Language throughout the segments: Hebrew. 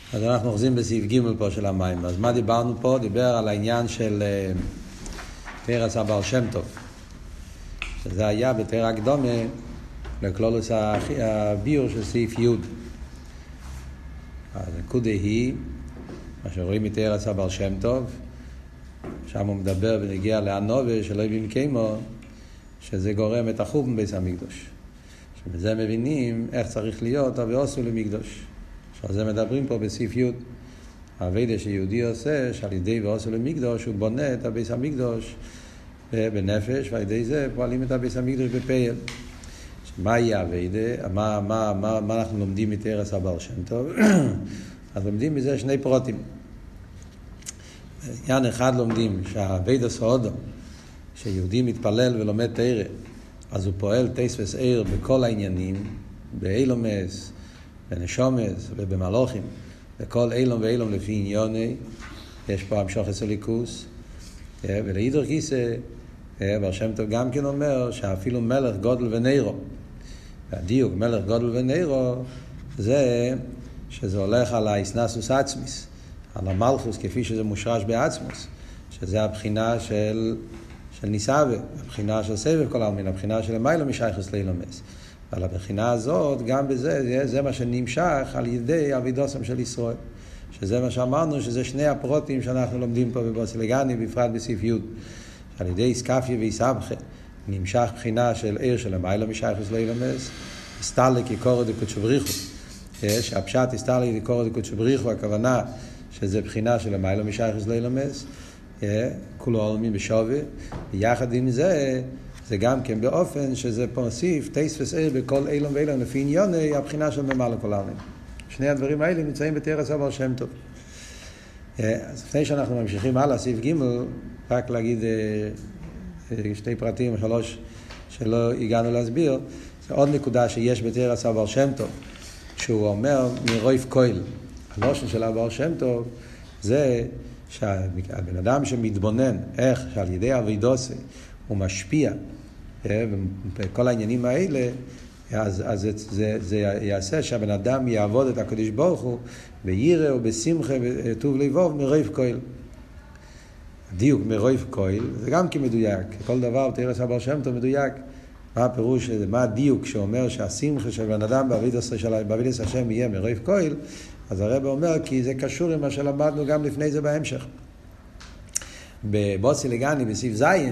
אז אנחנו אוחזים בסעיף ג' פה של המים. אז מה דיברנו פה? דיבר על העניין של תרס הבעל שם טוב, שזה היה בתרא הקדומה לכלולוס הביור של סעיף י'. הנקודה היא מה שרואים מתרס הבעל שם טוב, שם הוא מדבר ונגיע לענובה שלא יבין כמו שזה גורם את החורבן בית המקדוש, שבזה מבינים איך צריך להיות ועשו למקדוש. שעל זה מדברים פה בסעיף י'. העבודה שיהודי עושה שעל ידי ועשו למקדוש הוא בונה את הבית המקדוש בנפש, ועל ידי זה פועלים את הבית המקדוש בפייל. מה יהיה העבודה? מה אנחנו לומדים מתרס הבעל שם טוב? אז לומדים מזה שני פרוטים. עניין אחד לומדים שהעבודה סעודו, שיהודי מתפלל ולומד תורה, אז הוא פועל תספס עיר בכל העניינים, באילומס, בנשומס ובמלוכים, וכל אילום ואילום לפי עניוני. יש פה המשוך הסוליקוס, ולהידור כיסא בר שם טוב גם כן אומר שאפילו מלך גודל ונרו, והדיוק מלך גודל ונרו זה שזה הולך על האסנסוס עצמיס, על המלכוס כפי שזה מושרש בעצמוס, שזה הבחינה של ניסאווה, הבחינה של סבב כל העלמין, הבחינה של מיילו משייכוס לאילומס. על הבחינה הזאת, גם בזה, זה מה שנמשך על ידי אבידוסם של ישראל. שזה מה שאמרנו, שזה שני הפרוטים שאנחנו לומדים פה בבוסילגני, בפרט בסעיף י'. על ידי סקפיה ויסבכה, נמשך בחינה של עיר של המיילו משייכוס לאילומס, הסתלק יקורו דקודש בריחו. שהפשט הסתלק יקורו דקודש בריחו, הכוונה שזה בחינה של המיילו משייכוס לאילומס, כולו עולמין בשווה, ויחד עם זה, זה גם כן באופן שזה פוסיף תספס עיר בכל אילום ואילום לפי עניוני, הבחינה של ממלא כל העלמין. שני הדברים האלה נמצאים בתרס הבעל שם טוב. אז לפני שאנחנו ממשיכים הלאה, סעיף ג', רק להגיד שתי פרטים, שלוש, שלא הגענו להסביר. זה עוד נקודה שיש בתרס הבעל שם טוב, שהוא אומר מרויף קויל. הלושן של הבעל שם טוב זה שהבן אדם שמתבונן איך שעל ידי אבידוסי הוא משפיע בכל העניינים האלה, אז זה יעשה שהבן אדם יעבוד את הקדוש ברוך הוא ביראה ובשמחה וטוב לבוב מרויף קויל. דיוק מרויף קויל זה גם כמדויק, כל דבר תרס הבעל שם טוב מדויק. מה הפירוש, מה הדיוק שאומר שהשמחה של בן אדם בעבודת השם יהיה מרויף קויל? אז הרב אומר כי זה קשור עם מה שלמדנו גם לפני זה בהמשך. בבוסילגני בסעיף זין,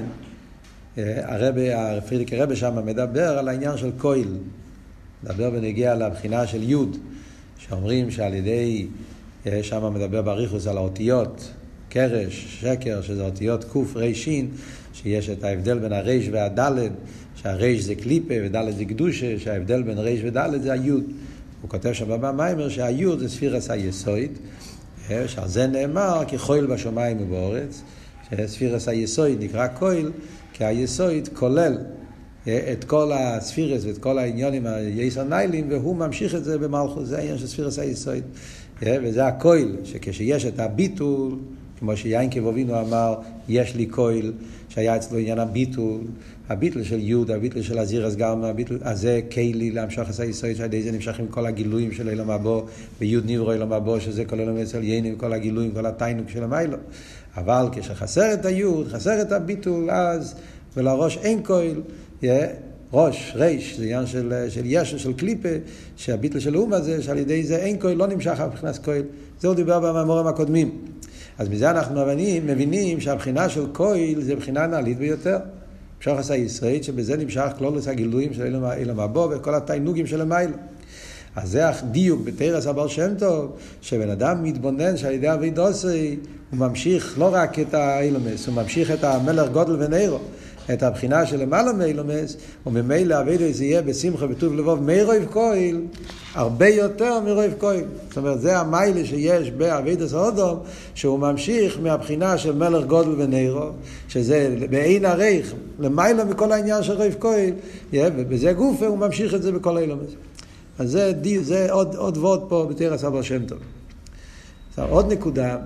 פרידיק הרב שם מדבר על העניין של קויל, מדבר ונגיע לבחינה של יוד, שאומרים שעל ידי, שם מדבר בריחוס על האותיות קרש, שקר, שזה אותיות קוף רישין, שיש את ההבדל בין הרש והדלת, שהרש זה קליפה ודלת זה קדושה, שההבדל בין רש ודלת זה היוד. הוא כותב שם במיימר שהיוד זה ספירס היסוид, שעל זה נאמר כי חויל בשמיים ובאורץ, שספירס היסוид נקרא קויל, כי היסוид כולל את כל הספירס ואת כל העניונים היסר ניילים, והוא ממשיך את זה במלכות. זה העניין של ספירס היסוид, וזה הקויל, שכשיש את הביטול, כמו שיין כבובינו אמר, יש לי קויל, שהיה אצלו עניין הביטול, הביטול של יוד, הביטול של הזירס גם, הביטול הזה קיילי להמשך עשה יסויד, שעדי זה נמשך עם כל הגילויים של אילום הבא, ויוד נברו אילום הבא, שזה כל אילום אצל יינים, כל הגילויים, כל התיינוק של המיילו. אבל כשחסר את היוד, חסר את הביטול, אז ולראש אין קויל, ראש, ריש, זה עניין של ישו, של קליפה, שהביטול של האום הזה, שעל ידי זה אין קויל, לא נמשך הבחינס קויל. זהו דיבר במאמרים הקודמים. אז מזה אנחנו מבינים שהבחינה של קויל זה בחינה נעלית ביותר. אפשר עשה ישראל שבזה נמשך כלולוס הגילויים של אילום הבא וכל התיינוגים של המיילו. אז זה הדיוק בתרס הבעל שם טוב, שבן אדם מתבונן שעל ידי אבידוסי הוא ממשיך לא רק את האילומס, הוא ממשיך את המלך גודל ונרו, את הבחינה של למעלה מאילומס, וממילא אבידוסי יהיה בשמחה וטוב לבוב מרויף קויל, הרבה יותר מרויף קויל. זאת אומרת, זה המיילה שיש באבידוס האודום, שהוא ממשיך מהבחינה של מלך גודל ונרו, שזה בעין הרייך, למעלה מכל העניין של רויף קויל, ובזה גופה הוא ממשיך את זה בכל האילומס. אז זה עוד ועוד פה בתרס הבעל שם טוב. עוד נקודה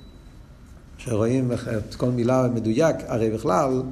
שרואים את כל מילה מדויק, הרי בכלל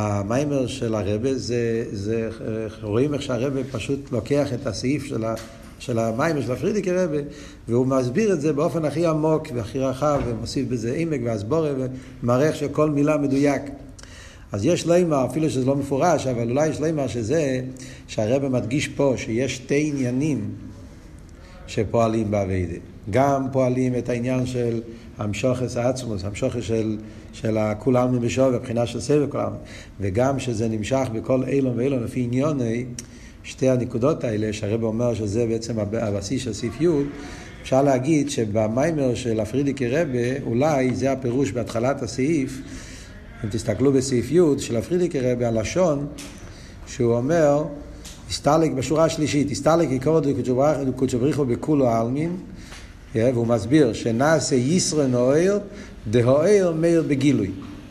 המיימר של הרב זה רואים איך שהרב פשוט לוקח את הסעיף של של המים של הפרידיקי רבי, והוא מסביר את זה באופן הכי עמוק והכי רחב, ומוסיף בזה עמק והסבורה, ומערך שכל מילה מדויק. אז יש לימר, אפילו שזה לא מפורש, אבל אולי יש לימר שזה, שהרבי מדגיש פה שיש שתי עניינים שפועלים בעבודה. גם פועלים את העניין של המשוחס העצמוס, המשוחס של כל העלמין בשווה, מבחינה של סבב כל העלמין, וגם שזה נמשך בכל אילון ואילון לפי עניוני, שתי הנקודות האלה, שהרב אומר שזה בעצם הבסיס של סעיף י', אפשר להגיד שבמיימר של הפרידיקי רבי, אולי זה הפירוש בהתחלת הסעיף, אם תסתכלו בסעיף י' של הפרידיקי רבי, הלשון, שהוא אומר, הסתלק בשורה השלישית, הסתלק יקור דקודשא בריך הוא בכולו העלמין, והוא מסביר שנעשה ישרן אוהר, דהאוהר מאיר בגילוי.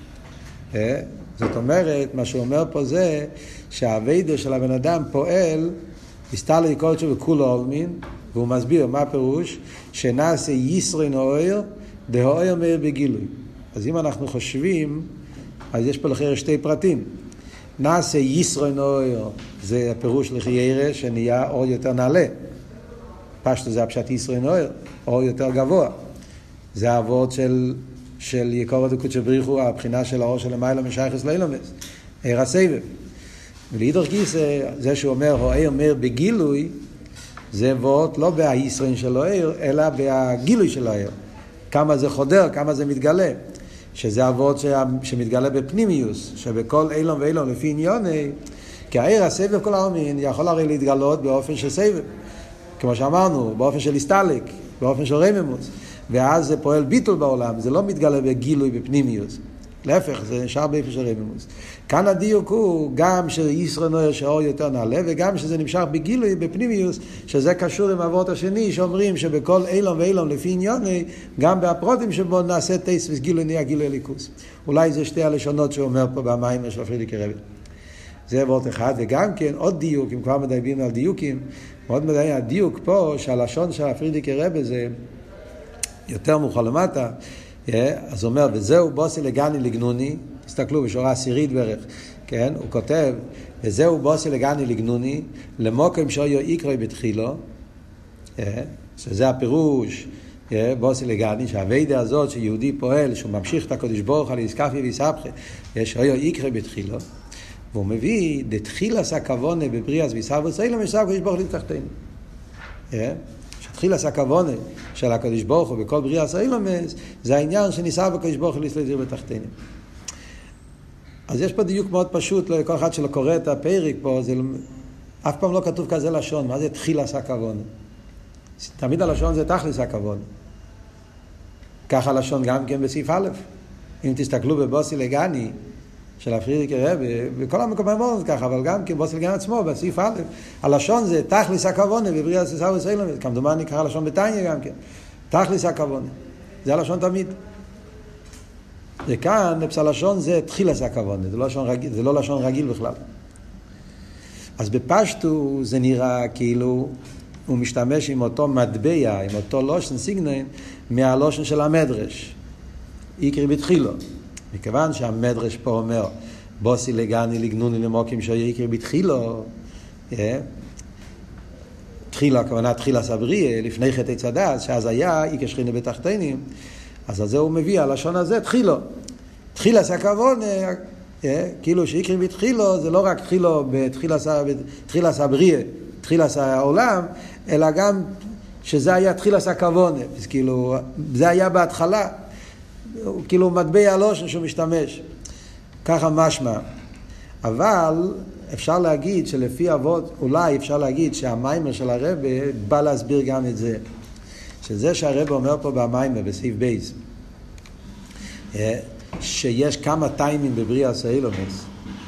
זאת אומרת, מה שהוא אומר פה זה, שהעבודה של הבן אדם פועל, הסתלק יקור דקודשא בכולו העלמין, והוא מסביר מה הפירוש, שנעשה ישרן אוהר, דהאוהר מאיר בגילוי. אז אם אנחנו חושבים, אז יש פה לכם שתי פרטים. נעשה ישרן אוהר, זה הפירוש לחיירה שנהיה אור יותר נעלה. פשטו זה הפשט ישרן אוהר, אור יותר גבוה. זה העבוד של יקור דקודשא בריך הוא, הבחינה של האור של המיילה משייכס לאילומס, עיר הסבב. ולהידור גיסא, זה שהוא אומר, האור מאיר בגילוי, זה עבוד לא בהישרן של האור, אלא בגילוי של האור. כמה זה חודר, כמה זה מתגלה. שזה עבוד שמתגלה בפנימיוס, שבכל אילון ואילון לפי עניוני, כי העיר הסבב כל העלמין יכול הרי להתגלות באופן של סבב, כמו שאמרנו, באופן של הסתלק, באופן של רממוס, ואז זה פועל ביטול בעולם, זה לא מתגלה בגילוי בפנימיוס, להפך, זה נשאר באופן של רממוס. כאן הדיוק הוא גם שישרן אוהר שהאור יותר נעלה, וגם שזה נמשך בגילוי בפנימיוס, שזה קשור עם העבוד השני, שאומרים שבכל אילון ואילון לפי עניוני, גם בהפרוטים שבו נעשה טייס וגילוי נהיה גילוי הליכוס. אולי זה שתי הלשונות שהוא אומר פה במיימר של הפרידיקי רבי. זה עבוד אחד, וגם כן עוד דיוק, אם כבר מדברים על דיוקים, מאוד מדעים הדיוק פה, שהלשון של הפרידיקי רבי זה יותר מאוחר למטה, אז הוא אומר, וזהו בוסי לגני לגנוני, תסתכלו בשורה עשירית בערך, כן? הוא כותב, וזהו בוסי לגני לגנוני, למוקם שאויו יקרוי בתחילו, שזה הפירוש, בוסי לגני, שהעבודה הזאת שיהודי פועל, שהוא ממשיך את הקדוש ברוך על יסקפי ויסבחי, שאויו יקרוי בתחילו, והוא מביא, דתחילס הכוונה בבריאס ויסבוס, אילם ישב קדוש ברוך לתחתינו. תחילס הכוונה של הקדוש ברוך הוא בכל בריאה אילומס, זה העניין שניסה בקדוש ברוך הוא להסתדר בתחתינים. אז יש פה דיוק מאוד פשוט, לכל אחד שלא קורא את הפרק פה, זה אף פעם לא כתוב כזה לשון, מה זה תחילס הכוונה? תמיד הלשון זה תכלס הכוונה. ככה הלשון גם כן בסעיף א', אם תסתכלו בבוסי לגני, של הפרידיקי רבי, וכל המקום אמרו ככה, אבל גם כן בוסי לגני עצמו, בסעיף א', הלשון זה תכלס הכוונה, בבריאה ססאווס אילומס, כמדומני קרא לשון בתניא גם כן, תכלס הכוונה, זה הלשון תמיד. וכאן, הלשון זה תחילס הכוונה, זה לא לשון רגיל בכלל. אז בפשטו זה נראה כאילו, הוא משתמש עם אותו מטבע, עם אותו לושן סיגנן, מהלושן של המדרש, יקרי בתחילו. מכיוון שהמדרש פה אומר, בוסי לגני לגנוני למוקים שיקרי בתחילו, תחילה, הכוונה תחילה סבריה, לפני חטא צדס, שאז היה איקר שכינה בתחתינים, אז על זה הוא מביא, הלשון הזה, תחילו. תחילה סכבון, כאילו שיקרי בתחילו, זה לא רק תחילו בתחילה סבריה, תחילה העולם, אלא גם שזה היה תחילה סכבון, כאילו, זה היה בהתחלה, כאילו מטבע הלושן שהוא משתמש, ככה משמע. אבל אפשר להגיד שלפי אבות, אולי אפשר להגיד שהמיימר של הרבי בא להסביר גם את זה, שזה שהרבי אומר פה במיימר בסעיף בייס, שיש כמה טיימים בבריאס אילומס,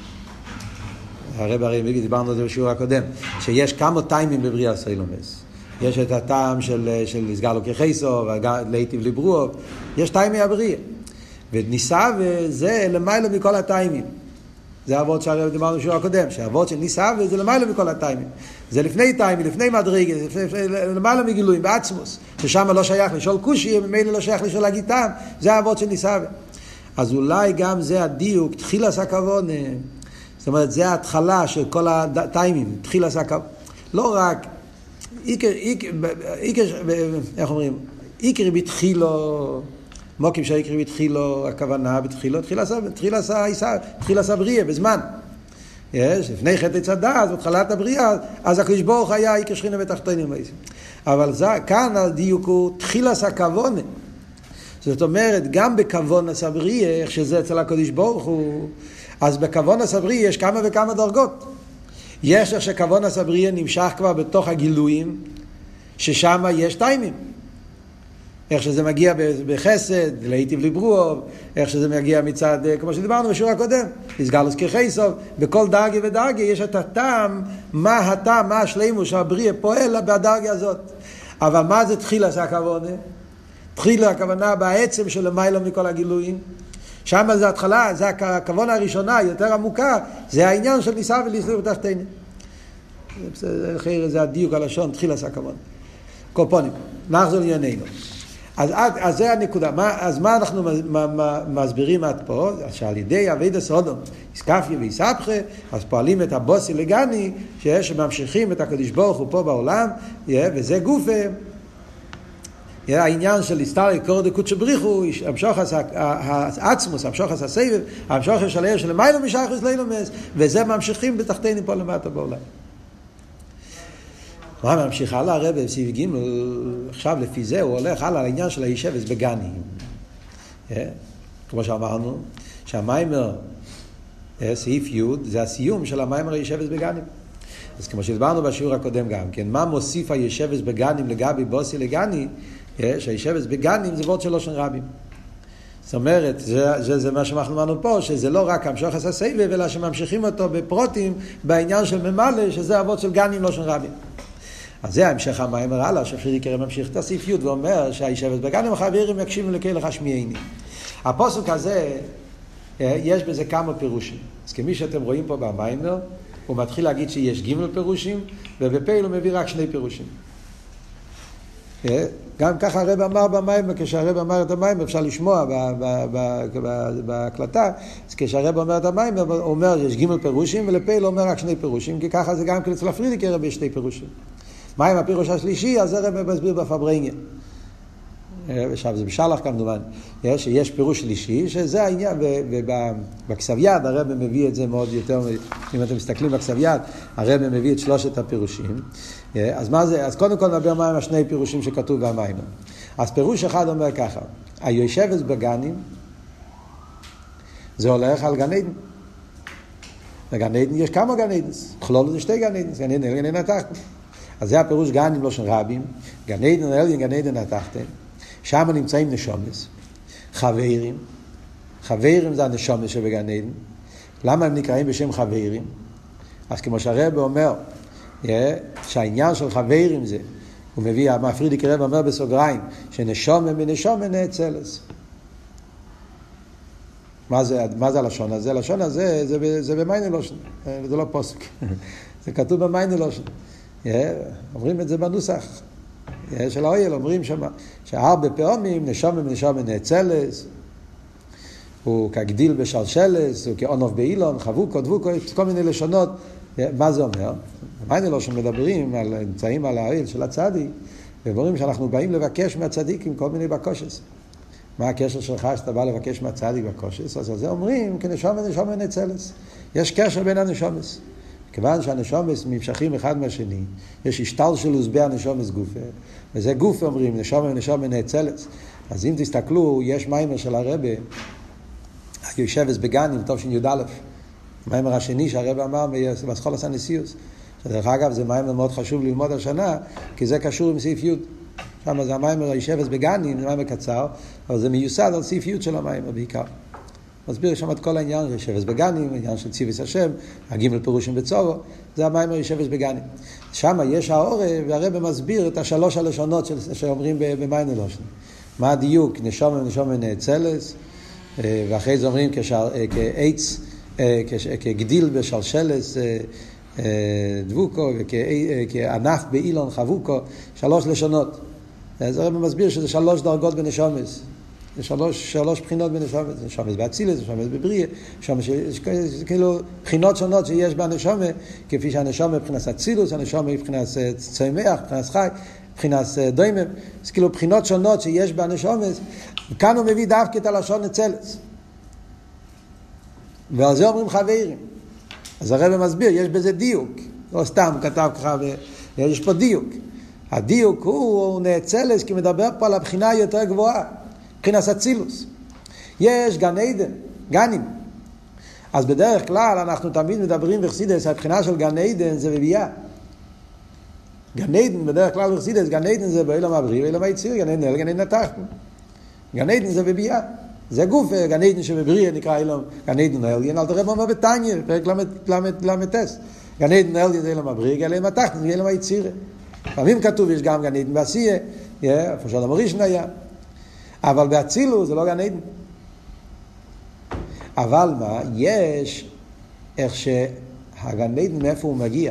הרבי דיברנו על זה בשיעור הקודם, שיש כמה טיימים בבריאס אילומס, יש את הטעם של הסגלו כחייסו, ולהיטיב לברוא, יש טיימי הבריאה. וניסה וזה למעלה מכל הטיימים. זה העבוד שהרב דיברנו בשיעור הקודם, שהעבוד של ניסה וזה למעלה מכל הטיימים. זה לפני טיימים, לפני מדרגה, למעלה מגילויים, בעצמוס, ששם לא שייך לשאול קושי, ממילא לא שייך לשאול להגיד טעם, זה העבוד של ניסה. אז אולי גם זה הדיוק, תחילס הכוונה, זאת אומרת, זה ההתחלה של כל הטיימים, תחילס הכוונה. לא רק איך אומרים? עיקר בתחילו, מוקים שהעיקר בתחילו, הכוונה בתחילו, תחילה סבריה, בזמן. לפני חטא צדה, אז בתחילת הבריאה, אז הקדוש ברוך היה עיקר שכינה בתחתונים. אבל כאן הדיוק הוא תחילה סכוונה. זאת אומרת, גם בכוונה סבריה, איך שזה אצל הקדוש ברוך הוא, אז בכוונה סבריה יש כמה וכמה דרגות. יש איך שכוונה סבריה נמשך כבר בתוך הגילויים, ששם יש טיימים. איך שזה מגיע בחסד, להיטיב לברוא, איך שזה מגיע מצד, כמו שדיברנו בשיעור הקודם, הסגלוס כחסד, בכל דרגה ודרגה יש את הטעם, מה הטעם, מה השלימות שהבריא פועל בדרגה הזאת. אבל מה זה תחילה הכוונה? תחילה הכוונה בעצם של למעלה מכל הגילויים. שם זה התחלה, זה הכוונה הראשונה, יותר עמוקה, זה העניין של ניסה ולסליר בתחתינו. זה הדיוק הלשון, תחילה הכוונה. קופונים, נחזור לענייננו. אז זה הנקודה. אז מה אנחנו מסבירים עד פה? שעל ידי עבודת סודום, איסקפיה ואיסבכה, אז פועלים את הבוסי לגני, שממשיכים את הקדוש ברוך הוא פה בעולם, וזה גופה. העניין של הסתר קור דקות שבריחו, המשוך העצמוס, המשוך הסבב, המשוך השלר של מיילו משחס לילומס, וזה ממשיכים בתחתינו פה למטה בעולם. מה ממשיך הלאה הרב בסעיף ג' עכשיו לפי זה הוא הולך הלאה לעניין של הישבס בגנים. כמו שאמרנו, שהמיימר סעיף י' זה הסיום של המיימר הישבס בגנים. אז כמו שדברנו בשיעור הקודם גם כן, מה מוסיף הישבס בגנים לגבי בוסי לגני, שהישבס בגנים זה וורט של לושן רבים. זאת אומרת, זה מה שאנחנו אמרנו פה, שזה לא רק המשוך הסבב, אלא שממשיכים אותו בפרוטים בעניין של ממלא, שזה אבות של גנים לושן רבים. אז זה המשך המיימר הלאה, שפרידיקר ממשיך את הסעיף י' ואומר שהישבס בגנים החברים יקשיבו לקהל השמיעיני. הפסוק הזה, יש בזה כמה פירושים. אז כמי שאתם רואים פה במיימר, הוא מתחיל להגיד שיש ג' פירושים, ובפעיל הוא מביא רק 2 פירושים. גם ככה הרב אמר במיימר, כשהרב אמר את המיימר, אפשר לשמוע בהקלטה, אז כשהרב אומר את המיימר, הוא אומר שיש ג' פירושים, ולפעיל הוא אומר רק 2 פירושים, כי ככה זה גם כן אצל הפרידיקר יש 2 פירושים. מה עם הפירוש השלישי? אז הרב מסביר בפברנגיה. עכשיו זה בשלח כמובן, שיש פירוש שלישי, שזה העניין, ובכסף יד הרב מביא את זה מאוד יותר, אם אתם מסתכלים בכסף יד, הרב מביא את 3 הפירושים. אז מה זה? אז קודם כל נדבר מה עם 2 פירושים שכתוב במים. אז פירוש אחד אומר ככה, היושבס בגנים, זה הולך על גן עדן. בגן עדן יש כמה גן עדן, כלול זה 2 גן עדן, גן עדן גן עדן התחתן. אז זה הפירוש גנים לא של רבים, גן עדן עליון גן עדן התחתן. שם נמצאים נשומס, חברים זה הנשומס שבגן עדן. למה הם נקראים בשם חברים? אז כמו שהרב אומר, שהעניין של חברים זה, הוא מביא, המפרידיק הרב אומר בסוגריים, שנשומה מנשומה נאצלס. מה זה הלשון הזה? הלשון הזה זה במיינה לושן, זה לא פוסק. זה כתוב במיינה לושן. אומרים את זה בנוסח. של האויל אומרים שהרבה פעמים נשומה מנשומה נאצלס, הוא כגדיל בשלשלס, הוא כאונוב באילון, חבוקו, דבוקו, כל מיני לשונות. מה זה אומר? במיינה לושן מדברים, נמצאים על האויל של הצדיק, ואומרים שאנחנו באים לבקש מהצדיקים כל מיני בקושס. מה הקשר שלך שאתה בא לבקש מהצדיק בקושס? אז על זה אומרים, כנשומה נאצלס. יש קשר בין הנשומס. כיוון שהנשומס נמשכים אחד מהשני, יש השתלשלוס בהנשומס גופה, וזה גופה אומרים, נשומה נאצלס. אז אם תסתכלו, יש מיימר של הרבי, היושבס בגנים, טוב שי"א, מיימר השני שהרבי אמר בסחולת הנשיאוס, שדרך אגב זה מיימר מאוד חשוב ללמוד השנה, כי זה קשור עם סעיף י'. שם זה המיימר היושבס בגנים, זה מיימר קצר, אבל זה מיוסד על סעיף י' של המיימר בעיקר. מסביר שם את כל העניין, ישבס בגנים, העניין של ציוויס השם, הגימל פירושים בצורו, זה המיימר ישבס בגנים. שם יש האור, והרב מסביר את 3 הלשונות שאומרים במיימר לושן. מה הדיוק? נשומה נאצלס, ואחרי זה אומרים כעץ, כגדיל בשלשלס, דבוקו, וכענף באילון חבוקו, 3 לשונות. אז הרב מסביר שזה 3 דרגות בנשומס. זה שלוש בחינות בנשומס, נשומס באצילס, נשומס בבריאה, כאילו בחינות שונות שיש בנשומה, כפי שהנשומה מבחינת אצילוס, הנשומה מבחינת צמח, מבחינת חי, מבחינת דומם, זה כאילו בחינות שונות שיש בנשומס, וכאן הוא מביא דווקא את הלשון אצילס. ועל זה אומרים חברים. אז הרב מסביר, יש בזה דיוק, לא סתם הוא כתב ככה, יש פה דיוק. הדיוק הוא נאצלס, כי מדבר פה על הבחינה יותר גבוהה, מבחינת אצילוס. יש גן עדן, גנים. אז בדרך כלל אנחנו תמיד מדברים בחסידות, הבחינה של גן עדן זה בביאה. גן עדן, בדרך כלל בחסידות, גן עדן זה בעולם הבריא, בעולם היציר, גן עדן אל, גן עדן התחתון. גן עדן זה בביאה. זה גוף, גן עדן שבבריא נקרא אילום, גן עדן אל, גן אלתר רב אומר בתניא, פרק למתס. גן עדן אל זה אילום הבריא, גן עדן התחתון, זה אילום היציר. לפעמים כתוב יש גם גן עדן בעשייה, איפה שאדם הראשון היה. אבל באצילוס זה לא גן עדן. אבל מה? יש איך שהגן עדן מאיפה הוא מגיע.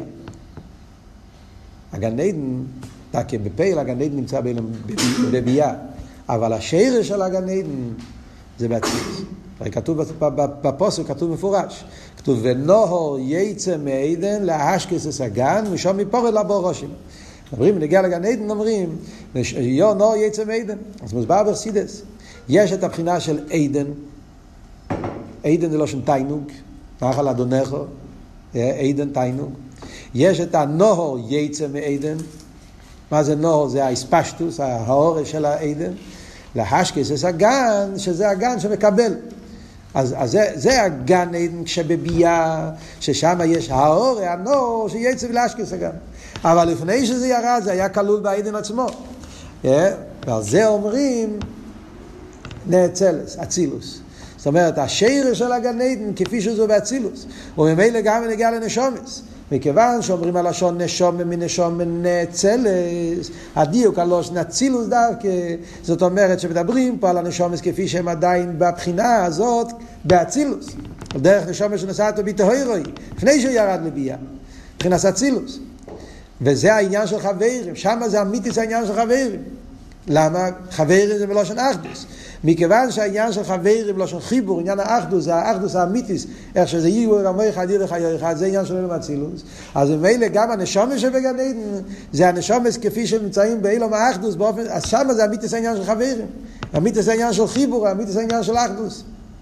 הגן עדן, תקה בפייל, הגן עדן נמצא בביאה. אבל השרש של הגן עדן זה באצילוס. כתוב בפוסק, כתוב מפורש. כתוב ונוהור יצא מעדן להשכס הגן, משום מפורד לבור ראשים. אומרים, נגיע לגן עדן, אומרים, יו נור יצא מעדן. אז מוסבר בחסידות. יש את הבחינה של עדן. עדן זה לא שם תיינוג. נחל אדונך. עדן תיינוג. יש את הנוהור יצא מעדן. מה זה נוהור? זה האספשטוס, האורש של העדן. להשכס זה הגן, שזה הגן שמקבל. אז זה הגן עדן כשבביאה, ששם יש האור, הנור, שיצא ולהשכס הגן. אבל לפני שזה ירד, זה היה כלול בעדן עצמו. ועל זה אומרים נאצלס, אצילוס. זאת אומרת, השרש של הגן עדן כפי שזה באצילוס. וממילא גם נגיע לנשומס. מכיוון שאומרים על לשון נשום מנשום נאצלס, הדיוק על לשון אצילוס דווקא, זאת אומרת שמדברים פה על הנשומס כפי שהם עדיין בבחינה הזאת באצילוס. דרך נשומס שנסעת בטהורוי, לפני שהוא ירד לביאה. מבחינת אצילוס. וזה העניין של חברים, שם זה אמיתיס העניין של חברים. למה? חברים זה בלושן אחדוס. מכיוון שהעניין של חברים בלושן חיבור, עניין האחדוס, זה האחדוס האמיתיס, איך שזה יהיו רמוי חדיר וחייר אחד, זה עניין של אילום אצילוס. אז ממילא גם הנשומס שבגן עדן, זה הנשומס כפי שנמצאים באילום האחדוס, אז שם זה אמיתיס העניין של חברים. אמיתיס העניין של חיבור, אמיתיס העניין של אחדוס.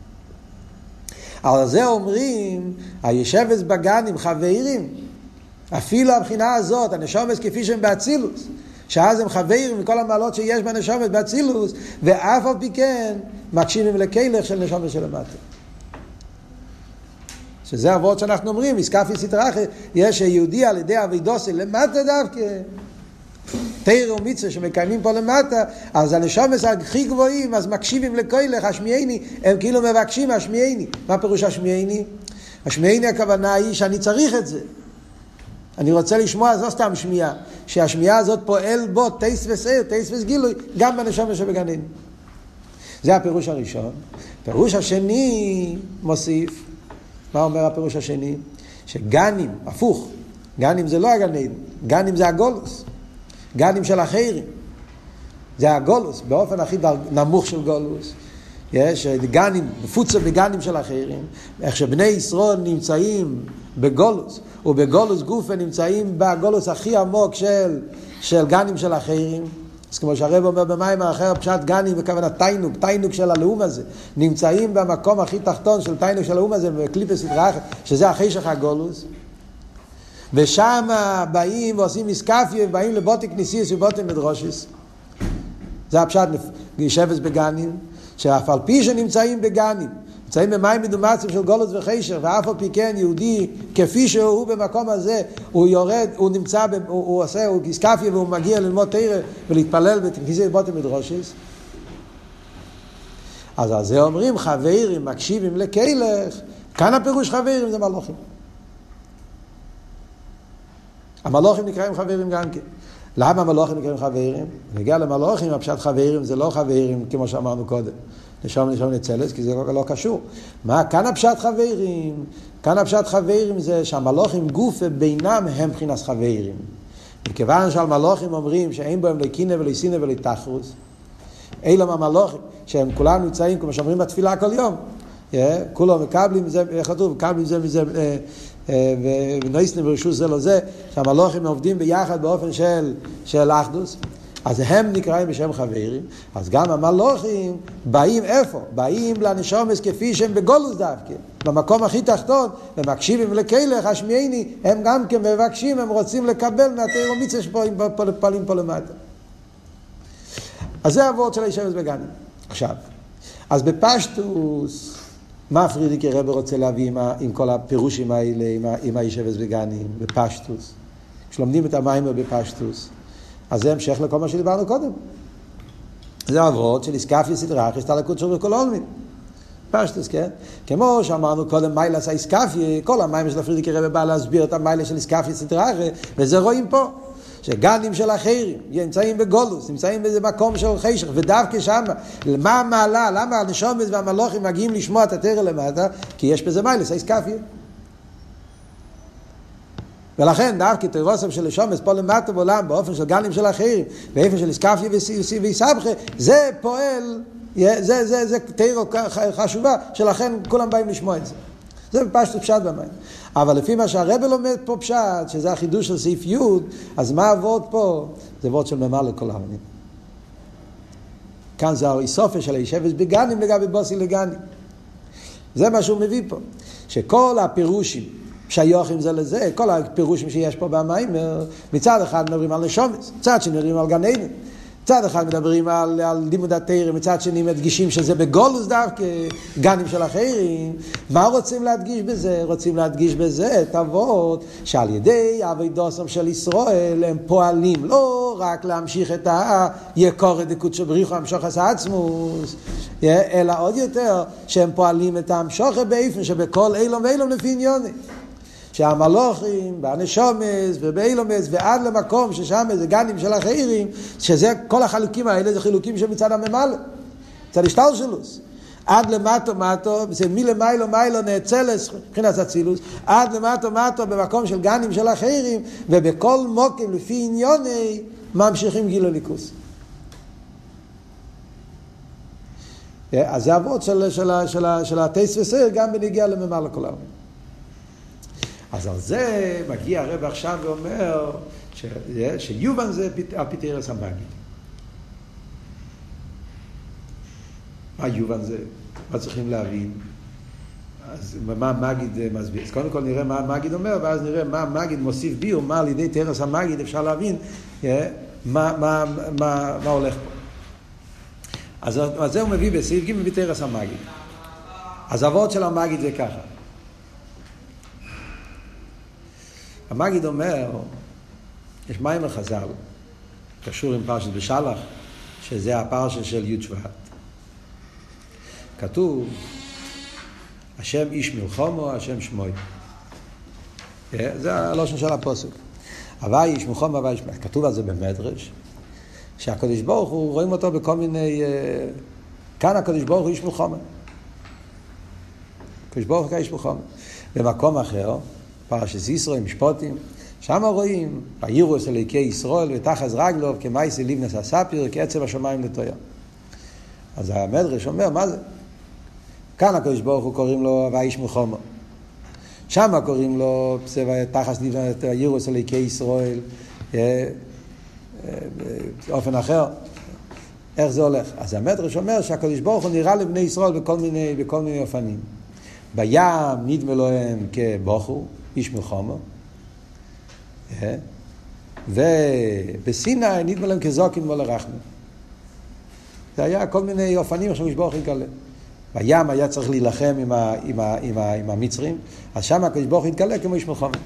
על זה אומרים, הישבס בגן עם חברים, אפילו הבחינה הזאת, הנשומס כפי שהם באצילוס, שאז הם חברים מכל המעלות שיש בנשומס באצילוס, ואף על פי כן מקשיבים לכלך של נשומס שלמטה. שזה העבוד שאנחנו אומרים, מסקפי סטרחה, יש יהודי על ידי אבידוסי למטה דווקא, תיר ומצווה שמקיימים פה למטה, אז הנשומס הכי גבוהים, אז מקשיבים לכלך, השמיעיני, הם כאילו מבקשים השמיעיני. מה פירוש השמיעיני? השמיעיני הכוונה היא שאני צריך את זה. אני רוצה לשמוע, זו סתם שמיעה, שהשמיעה הזאת פועל בו תייס וסעיר, תייס וסגילוי, גם בנשומס שבגן עדן. זה הפירוש הראשון. פירוש השני מוסיף, מה אומר הפירוש השני? שגנים, הפוך, גנים זה לא הגן עדן, גנים זה הגולוס, גנים של אחרים. זה הגולוס, באופן הכי נמוך של גולוס. יש גנים, מפוצה בגנים של אחרים, איך שבני ישראל נמצאים בגולוס, ובגולוס גופה נמצאים בגולוס הכי עמוק של גנים של אחרים. אז כמו שהרב אומר במים האחר, פשט גנים וכוונה תיינוק של הלאום הזה, נמצאים במקום הכי תחתון של תיינוק של הלאום הזה, בקליפס סדרח, שזה החשך הגולוס. ושם באים ועושים מסקפיה, ובאים לבוטי כניסיס ובוטי מדרושיס. זה הפשט שבס בגנים, שאף על פי שנמצאים בגנים, נמצאים במים מדומצים של גולוס וחשר, ואף על פי כן יהודי כפי שהוא במקום הזה, הוא יורד, הוא נמצא, הוא עושה, הוא מסקפיה והוא מגיע ללמוד תורה ולהתפלל וכניסיס ובוטי מדרושיס. אז על זה אומרים חברים מקשיבים לכלך. כאן הפירוש חברים זה מלוכים. המלוכים נקראים חברים גם כן. למה המלוכים נקראים חברים? נגיע למלוכים, הפשט חברים זה לא חברים כמו שאמרנו קודם. נשום נצלס, כי זה לא קשור. מה? כאן הפשט חברים. כאן הפשט חברים זה שהמלוכים גוף בינם הם מבחינת חברים. מכיוון שהמלוכים אומרים שאין בהם לא קינא ולא סינא ולא תחרוס, אילם המלוכים, שהם כולם נמצאים, כמו שאומרים בתפילה כל יום, כולם מקבלים זה, כתוב, מקבלים זה מזה, ונויסנים ברשות זה לא זה, שהמלוכים עובדים ביחד באופן של אחדוס, אז הם נקראים בשם חברים, אז גם המלוכים באים איפה? באים לנשומס כפי שהם בגולוס דווקא, במקום הכי תחתון, ומקשיבים לכלך, השמיעיני, הם גם כן מבקשים, הם רוצים לקבל מהתורה ומצוות שפועלים פה למטה. אז זה הוורד של הישבס בגנים. עכשיו, אז בפשטוס, מה פרידיקי רבי רוצה להביא עם כל הפירושים האלה, עם הישבס בגנים, בפשטוס? כשלומדים את המים בפשטוס, אז זה המשך לכל מה שדיברנו קודם. זה הוורד של איסקפיה סדרה, הסתלקות של כל עולמין. פשטוס, כן? כמו שאמרנו קודם, מיילה עשה איסקפיה, כל המים של הפרידיקי רבי בא להסביר את המיילה של איסקפיה סדרה, וזה רואים פה. שגנים של אחרים נמצאים בגולוס, נמצאים באיזה מקום של חשך, ודווקא שם, מה המעלה, למה הנשומות והמלוכים מגיעים לשמוע את התורה למטה? כי יש בזה מיילס, איסקפיה. ולכן דווקא תורוסם של נשומות פה למטה בעולם, באופן של גנים של אחרים, באופן של איסקפיה ויסבכה, זה פועל, זה תורה חשובה, שלכן כולם באים לשמוע את זה. זה פשט פשט במים. אבל לפי מה שהרבל לומד פה פשט, שזה החידוש של סעיף י', אז מה הוורד פה? זה וורד של ממלא כל העלמין. כאן זה האיסופיה של הישבס בגנים לגבי בוסי לגנים. זה מה שהוא מביא פה. שכל הפירושים שהיוחים זה לזה, כל הפירושים שיש פה במים, מצד אחד מדברים על נשומות, מצד שני מדברים על גן עדן. מצד אחד מדברים על לימוד התורה, מצד שני מדגישים שזה בגולוס דווקא, גנים של אחרים. מה רוצים להדגיש בזה? רוצים להדגיש בזה את אבות שעל ידי עבודתם של ישראל הם פועלים לא רק להמשיך את היקור דקות שבריחו המשוחס העצמוס, אלא עוד יותר שהם פועלים את המשוחס באופן שבכל אילום ואילום לפי עניוני. שהמלוכים והנשומס ובאילומס ועד למקום ששם זה גנים של אחרים, שזה כל החלוקים האלה זה חילוקים שמצד הממלא, מצד השתלשלוס. עד למטו מטו, זה מלמיילו מיילו נאצלס מבחינת אצילוס, עד למטו מטו במקום של גנים של אחרים, ובכל מוקם לפי עניוני ממשיכים גילו ליכוס. אז זה עבוד של הטייס וסיר גם בנגיע לממלא כל העולם. אז על זה מגיע הרב עכשיו ואומר שיובן זה על פי תרס המגיד. מה יובן זה? מה צריכים להבין? אז מה המגיד מסביר? אז קודם כל נראה מה המגיד אומר, ואז נראה מה המגיד מוסיף בי, ומה על ידי תרס המגיד אפשר להבין מה הולך פה. אז זה הוא מביא בסעיף ג' בתרס המגיד. אז העבוד של המגיד זה ככה. המגיד אומר, יש מים החז"ל, קשור עם פרשת בשלח, שזה הפרשה של י' שבט. כתוב, השם איש מלחמו, השם שמוי. זה הלושן של הפסוק. הווי איש מלחמו, הווי איש שמוי. כתוב על זה במדרש, שהקדוש ברוך הוא, רואים אותו בכל מיני... כאן הקדוש ברוך הוא איש מלחמו. הקדוש ברוך הוא איש מלחמו. במקום אחר, פרשת ישראל, משפטים, שם רואים, ויראו את אלוקי ישראל ותחת רגליו כמעשה לבנת הספיר, כעצם השמיים לתויה. אז המדרש אומר, מה זה? כאן הקדוש ברוך הוא קוראים לו ואיש מלחמה. שם קוראים לו תחת לבנת, ויראו את אלוקי ישראל, באופן אחר. איך זה הולך? אז המדרש אומר שהקדוש ברוך הוא נראה לבני ישראל בכל מיני אופנים. בים נדמה להם כבחור, איש מלחמה, ובסיני נדמה להם כזוקין ולרחמים. זה היה כל מיני אופנים שהקדוש ברוך הוא התגלה. בים היה צריך להילחם עם המצרים, אז שם הקדוש ברוך הוא התגלה כמו איש מלחמה.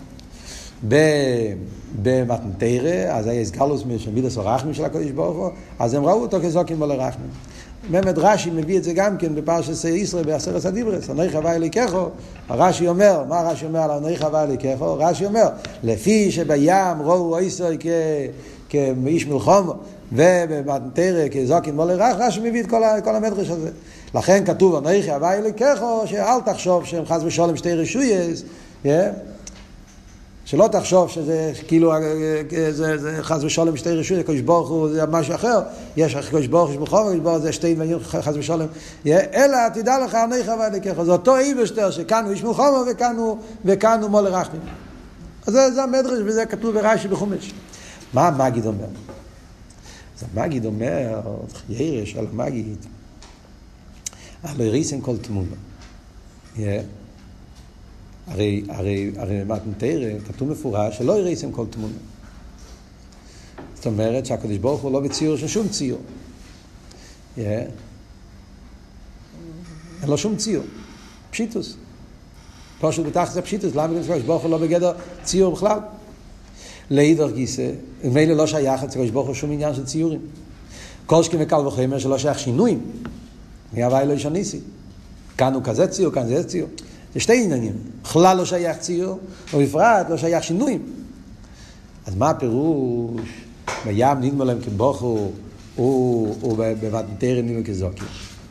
במתן תורה, אז היה הסגלוס מידס הרחמים של הקדוש ברוך הוא, אז הם ראו אותו כזוקין ולרחמים. באמת רש"י מביא את זה גם כן בפרשת ישראל בעשרת הדיברס, אנוכי הווי אלוקיכו. הרש"י אומר, מה רש"י אומר על אנוכי הווי אלוקיכו? רש"י אומר, לפי שבים ראו ישראל כאיש מלחמה ובמתן תורה כזוקין ולרח, רש"י מביא את כל המדרש הזה. לכן כתוב אנוכי הווי אלוקיכו, שאל תחשוב שהם חס ושלום שתי רשויות, שלא תחשוב שזה כאילו, זה חס ושלום שתי רשויות, הקדוש ברוך הוא זה משהו אחר, יש הקדוש ברוך הוא בחור, הקדוש ברוך הוא זה שתי דברים חס ושלום, אלא תדע לך אני חווה אלוקיך, זה אותו איברשטר שכאן הוא ישמו חומר וכאן הוא מול רחמים. אז זה המדרש וזה כתוב ברש"י בחומש. מה המגיד אומר? אז המגיד אומר, ירש על המגיד, על ריסן כל תמונה. הרי במתן תורה כתוב מפורש שלא יריסם כל תמונה. זאת אומרת שהקדוש ברוך הוא לא בציור של שום ציור. אין לו שום ציור. פשיטוס. פשוט בתחת זה פשיטוס. למה הקדוש ברוך הוא לא בגדר ציור בכלל? להידור גיסא, ומילא לא שייך לקדוש ברוך הוא שום עניין של ציורים. כל שכן וקל וחומר שלא שייך שינויים. מי הווי לא ישניסי. כאן הוא כזה ציור, כאן זה ציור. זה שתי עניינים. בכלל לא שייך ציור, ובפרט לא שייך שינויים. אז מה הפירוש? בים נדמה להם כבוכו, ובמתן תורה נדמה כזוקי.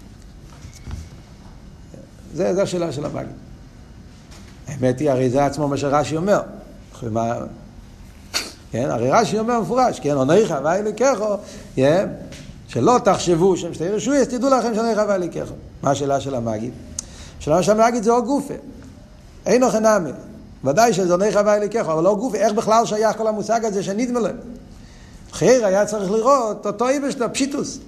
זה השאלה של המגיד. האמת היא, הרי זה עצמו מה שרש"י אומר. הרי רש"י אומר מפורש, עונך הווי אלוקיך, שלא תחשבו שהם שתי רשויות, אז תדעו לכם שעונך הווי אלוקיך. מה השאלה של המגיד? שלמה שהמגיד זה או גופה, אין אוכל נאמר, ודאי שזה עונך הווי אלוקיך, אבל לא גופה, איך בכלל שייך כל המושג הזה שנדמה להם? אחר היה צריך לראות אותו איבשטר, פשיטוס.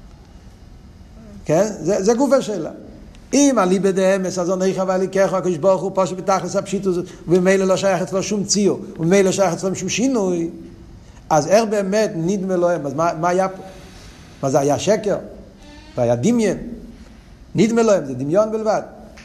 כן? זה גופה שלה. אם אליבא דאמס, אז עונך הווי אלוקיך, הקדוש ברוך הוא פשוט בתכלס הפשיטוס, וממילא לא שייך אצלו שום ציור, וממילא לא שייך אצלו שום שינוי, אז איך באמת נדמה להם? אז מה היה פה? מה זה היה שקר? זה היה דמיין. נדמה להם, זה דמיון בלבד.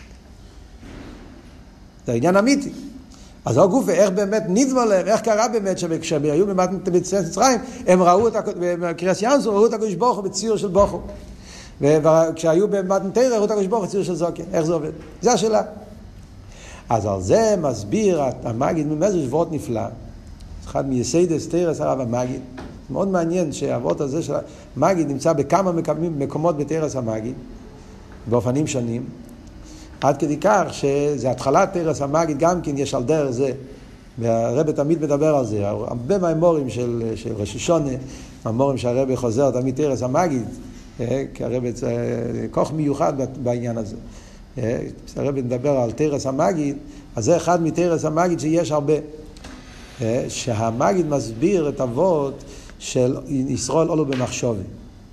זה עניין אמיתי. אז לא גופה, איך באמת נדמה להם, איך קרה באמת שכשהיו במתן מצרים, הם ראו את קריאת ים סוף, ראו את הקדוש ברוך הוא בציור של בוכו. וכשהיו במתן תורה, ראו את הקדוש ברוך הוא בציור של זוקן. איך זה עובד? זה השאלה. אז על זה מסביר המגיד ממזוש וורט נפלא. אחד מייסיידס תרס הרב המגיד. מאוד מעניין שהוורט הזה של המגיד נמצא בכמה מקומות בתרס המגיד, באופנים שונים. עד כדי כך שזה התחלת תרס המגיד גם כן יש על דרך זה, והרבא תמיד מדבר על זה, הרבה מהמורים של ראש השונה, מהמורים שהרבא חוזר תמיד תרס המגיד, כי הרבא כוח מיוחד בעניין הזה. הרבא מדבר על תרס המגיד, אז זה אחד מתרס המגיד שיש הרבה, שהמגיד מסביר את אבות של ישראל עולו במחשובי.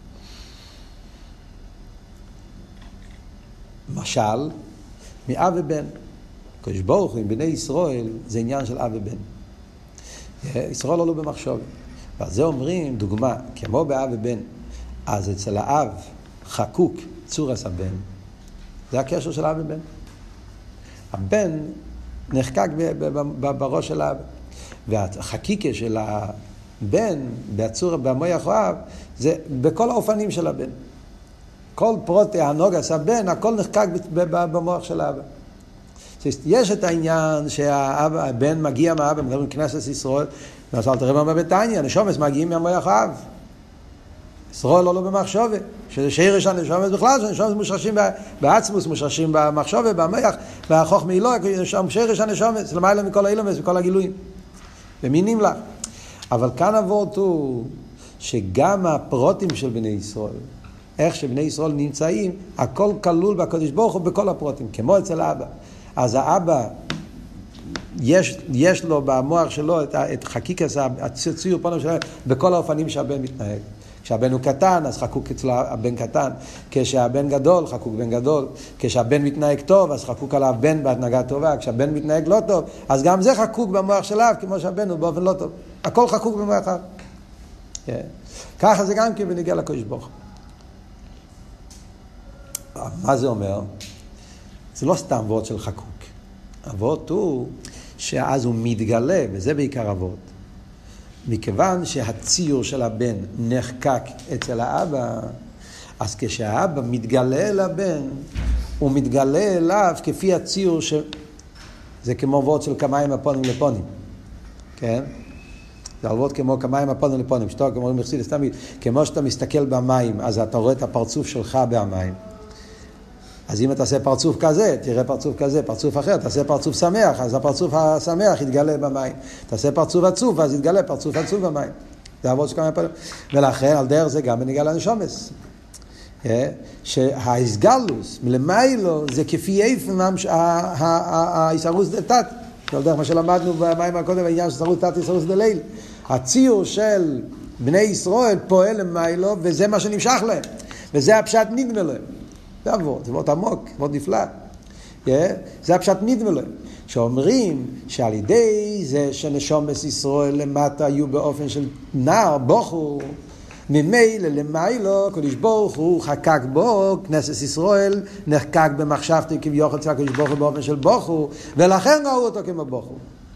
משל, מאב ובן. קדוש ברוך הוא עם בני ישראל זה עניין של אב ובן. ישראל עולו במחשוב. ועל זה אומרים, דוגמה, כמו באב ובן, אז אצל האב חקוק צורס הבן. זה הקשר של אב ובן. הבן נחקק בראש של האב. והחקיקה של הבן בצורה במוח האב זה בכל האופנים של הבן. כל פרוטי הנוגס הבן, הכל נחקק במוח של האבא. יש את העניין שהבן מגיע מהאבא, מדברים כנסת ישראל, ועשה תראה מה בביתניה, הנשומס מגיעים מהמוח האב. ישראל לא במחשבה, שזה שרש הנשומס בכלל, שהנשומס מושרשים בעצמוס, מושרשים במחשבה, במוח, והחוכמה היא לא, שרש הנשומס, למעלה מכל האילומס וכל הגילויים. ומינים לך. אבל כאן עבוד הוא שגם הפרוטים של בני ישראל, איך שבני ישראל נמצאים, הכל כלול בקדוש ברוך הוא בכל הפרוטים, כמו אצל האבא. אז האבא, יש לו במוח שלו את חקיקס, הציור פנו שלו, בכל האופנים שהבן מתנהג. כשהבן הוא קטן, אז חקוק אצלו הבן קטן. כשהבן גדול, חקוק בן גדול. כשהבן מתנהג טוב, אז חקוק עליו בן בהתנהגה טובה. כשהבן מתנהג לא טוב, אז גם זה חקוק במוח שלו, כמו שהבן הוא באופן לא טוב. הכל חקוק במוח שלו. ככה זה גם כן בנגיע לקדוש ברוך הוא. מה זה אומר? זה לא סתם וורט של חקוק. הוורט הוא שאז הוא מתגלה, וזה בעיקר הוורט. מכיוון שהציור של הבן נחקק אצל האבא, אז כשהאבא מתגלה אל הבן, הוא מתגלה אליו כפי הציור זה כמו וורט של כמיים הפונים לפונים. כן? זה וורט כמו כמיים הפונים לפונים. שתוק, כמו מחסידס תמיד, כמו שאתה מסתכל במים, אז אתה רואה את הפרצוף שלך במים. אז אם אתה תעשה פרצוף כזה, תראה פרצוף כזה, פרצוף אחר, תעשה פרצוף שמח, אז הפרצוף השמח יתגלה במים. תעשה פרצוף עצוב, אז יתגלה פרצוף עצוב במים. זה עבוד שכמה פעמים. ולכן על דרך זה גם בניגע לנשומס. שההסגלוס מלמיילו זה כפי איפן הישרוס דתת. על דרך מה שלמדנו במים הקודם, העניין של ישרוס דתת ישרוס דליל. הציור של בני ישראל פועל למיילו, וזה מה שנמשך להם. וזה הפשט נדמה להם. זה עבוד, זה מאוד עמוק, מאוד נפלא. זה הפשט נדמה להם. שאומרים שעל ידי זה שנשומס ישראל למטה היו באופן של נער, בוחו, ממילא למיילו, קדוש ברוך הוא חקק בו, כנסת ישראל נחקק במחשבתי כביכול אצל הקדוש ברוך הוא באופן של בוחו, ולכן ראו אותו כמו בוחו.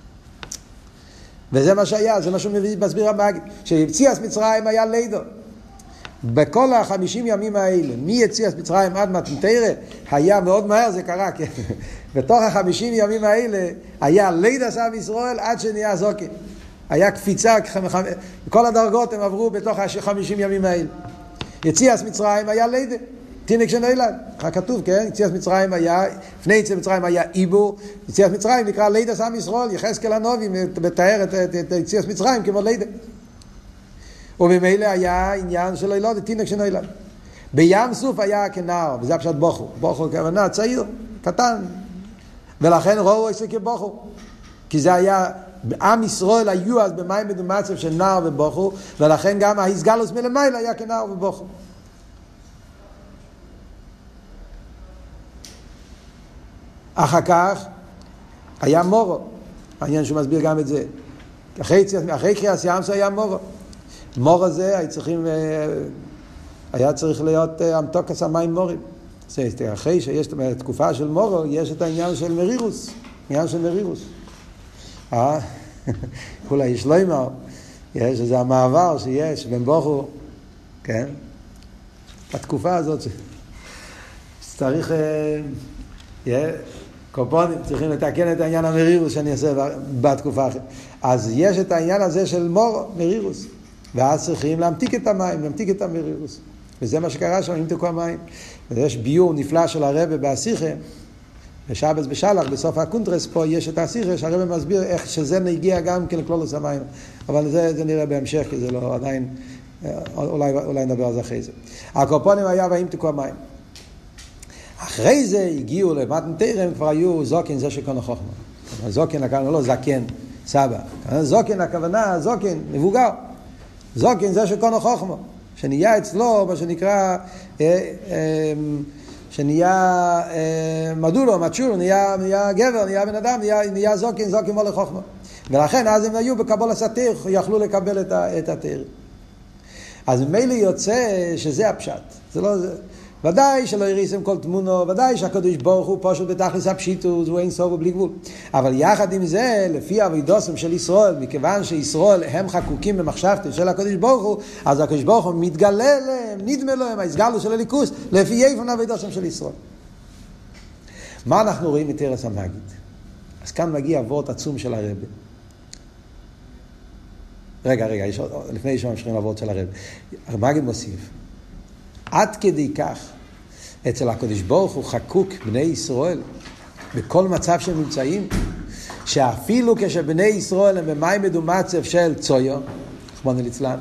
וזה מה שהיה, זה מה שהוא מסביר המגיד, שיציאת מצרים היה לידו. בכל 50 ימים האלה, מיציאת מצרים עד מתן תורה, היה מאוד מהר, זה קרה, כן. בתוך 50 ימים האלה, היה לידת עם ישראל עד שנהיה זוקן. היה קפיצה, כל הדרגות הם עברו בתוך 50 ימים האלה. יציאת מצרים היה לידה, תינוק שנולד, כתוב, כן? יציאת מצרים היה, לפני יציאת מצרים היה עיבור, יציאת מצרים נקרא לידת עם ישראל, יחזקאל הנביא מתאר את יציאת מצרים כמו לידה. ובמילא היה עניין של ילוד, תינוק שנולד. בים סוף היה כנער, וזה פשוט בוחו. בוחו כוונה, צעיר, קטן. ולכן ראו את זה כבוחו. כי זה היה, עם ישראל היו אז במים במצב של נער ובוחו, ולכן גם ההסגלוס מלמעלה היה כנער ובוחו. אחר כך היה מורו. העניין שהוא מסביר גם את זה. אחרי קריאת ים סוף היה מורו. מור הזה היה צריך להיות אמתוקס המים מורים. אחרי שיש תקופה של מורו, יש את העניין של מרירוס. עניין של מרירוס. אולי יש לא אמר, יש איזה המעבר שיש בין בוחו, כן? התקופה הזאת שצריך, קופונים צריכים לתקן את העניין המרירוס שאני אעשה בתקופה אחרת. אז יש את העניין הזה של מורו, מרירוס. ואז צריכים להמתיק את המים, להמתיק את המרירוס. וזה מה שקרה שם, המתיקו המים. ויש ביור נפלא של הרב בהשיחה, בשבס בשלח, בסוף הקונטרס פה יש את השיחה, שהרב מסביר איך שזה נגיע גם כן לכלולוס המים. אבל זה נראה בהמשך, כי זה לא עדיין, אולי נדבר על זה אחרי זה. הקופונים היה והמתיקו המים. אחרי זה הגיעו למתן תורה, הם כבר היו זוקן, זה שקון החוכמה. זוקן הכוונה לא זקן, סבא. זוקן הכוונה, זוקן, מבוגר. זוקן זה שקון החוכמה, שנהיה אצלו, מה שנקרא, שנהיה מדולו, מצ'ור, נהיה גבר, נהיה בן אדם, נהיה זוקן, זוקן מולך חוכמה. ולכן אז הם היו בקבול הסתיר, יכלו לקבל את התיר. אז ממילא יוצא שזה הפשט. זה לא זה. ודאי שלא יריסם כל תמונו, ודאי שהקדוש ברוך הוא פשוט בתכלס הפשיטוס, הוא אין סוף ובלי גבול. אבל יחד עם זה, לפי הווידוסם של ישראל, מכיוון שישראל הם חקוקים במחשבתי של הקדוש ברוך הוא, אז הקדוש ברוך הוא מתגלה להם, נדמה להם, ההסגלו של הליכוס, לפי איפן הווידוסם של ישראל. מה אנחנו רואים מתרס המגיד? אז כאן מגיע עבוד עצום של הרב. רגע, לפני שממשיכים לעבוד של הרב. המגיד מוסיף. עד כדי כך, אצל הקדוש ברוך הוא חקוק בני ישראל, בכל מצב שהם נמצאים, שאפילו כשבני ישראל הם במים מדומצב של צויו, רחמנא ליצלן,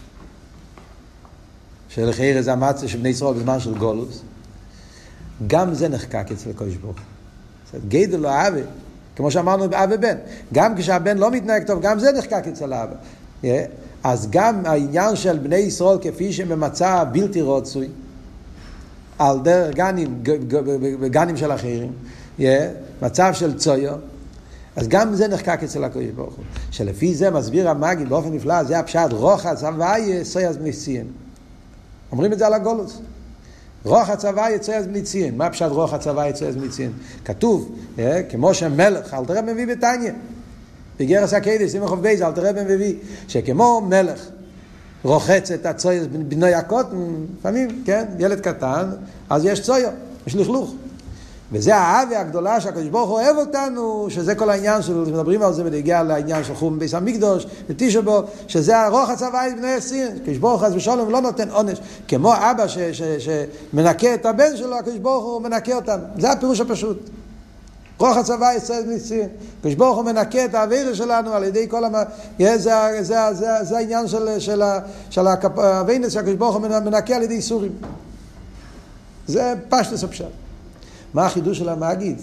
שלחייר זה המצב של בני ישראל בזמן של גולוס, גם זה נחקק אצל הקדוש ברוך הוא. גדל לא אהבה, כמו שאמרנו באב ובן. גם כשהבן לא מתנהג טוב, גם זה נחקק אצל האבא. אז גם העניין של בני ישראל כפי שהם במצב בלתי רצוי, על דרך גנים של אחרים, מצב של צויו, אז גם זה נחקק אצל הקדוש ברוך הוא. שלפי זה מסביר המגיד באופן נפלא, זה הפשט רוחץ הוויה סויאז בני ציון. אומרים את זה על הגולוס. רוחץ הוויה סויאז בני ציון. מה הפשט רוחץ הוויה סויאז בני ציון? כתוב, כמו שמלך, אל תראה מביא בתניא. בגרס הקדש, שימו חוב בייז, אל תראה מביא, שכמו מלך רוחץ את הצויאז בני הקוטן, לפעמים, כן, ילד קטן, אז יש צויו, יש לכלוך. וזה האהבה הגדולה שהקדוש ברוך הוא אוהב אותנו, שזה כל העניין שלו, מדברים על זה ונגיע לעניין של חורבן בית המקדש ותשעה באב, שזה הרוחץ הבית בני יסיר. הקדוש ברוך הוא חס ושלום לא נותן עונש, כמו אבא שמנקה את הבן שלו, הקדוש ברוך הוא מנקה אותנו. זה הפירוש הפשוט. רוחץ הבית בני יסיר, הקדוש ברוך הוא מנקה את העבירה שלנו על ידי כל זה העניין של העבירה שהקדוש ברוך הוא מנקה על ידי איסורים. זה פשטוס הפשט. מה החידוש של המגיד?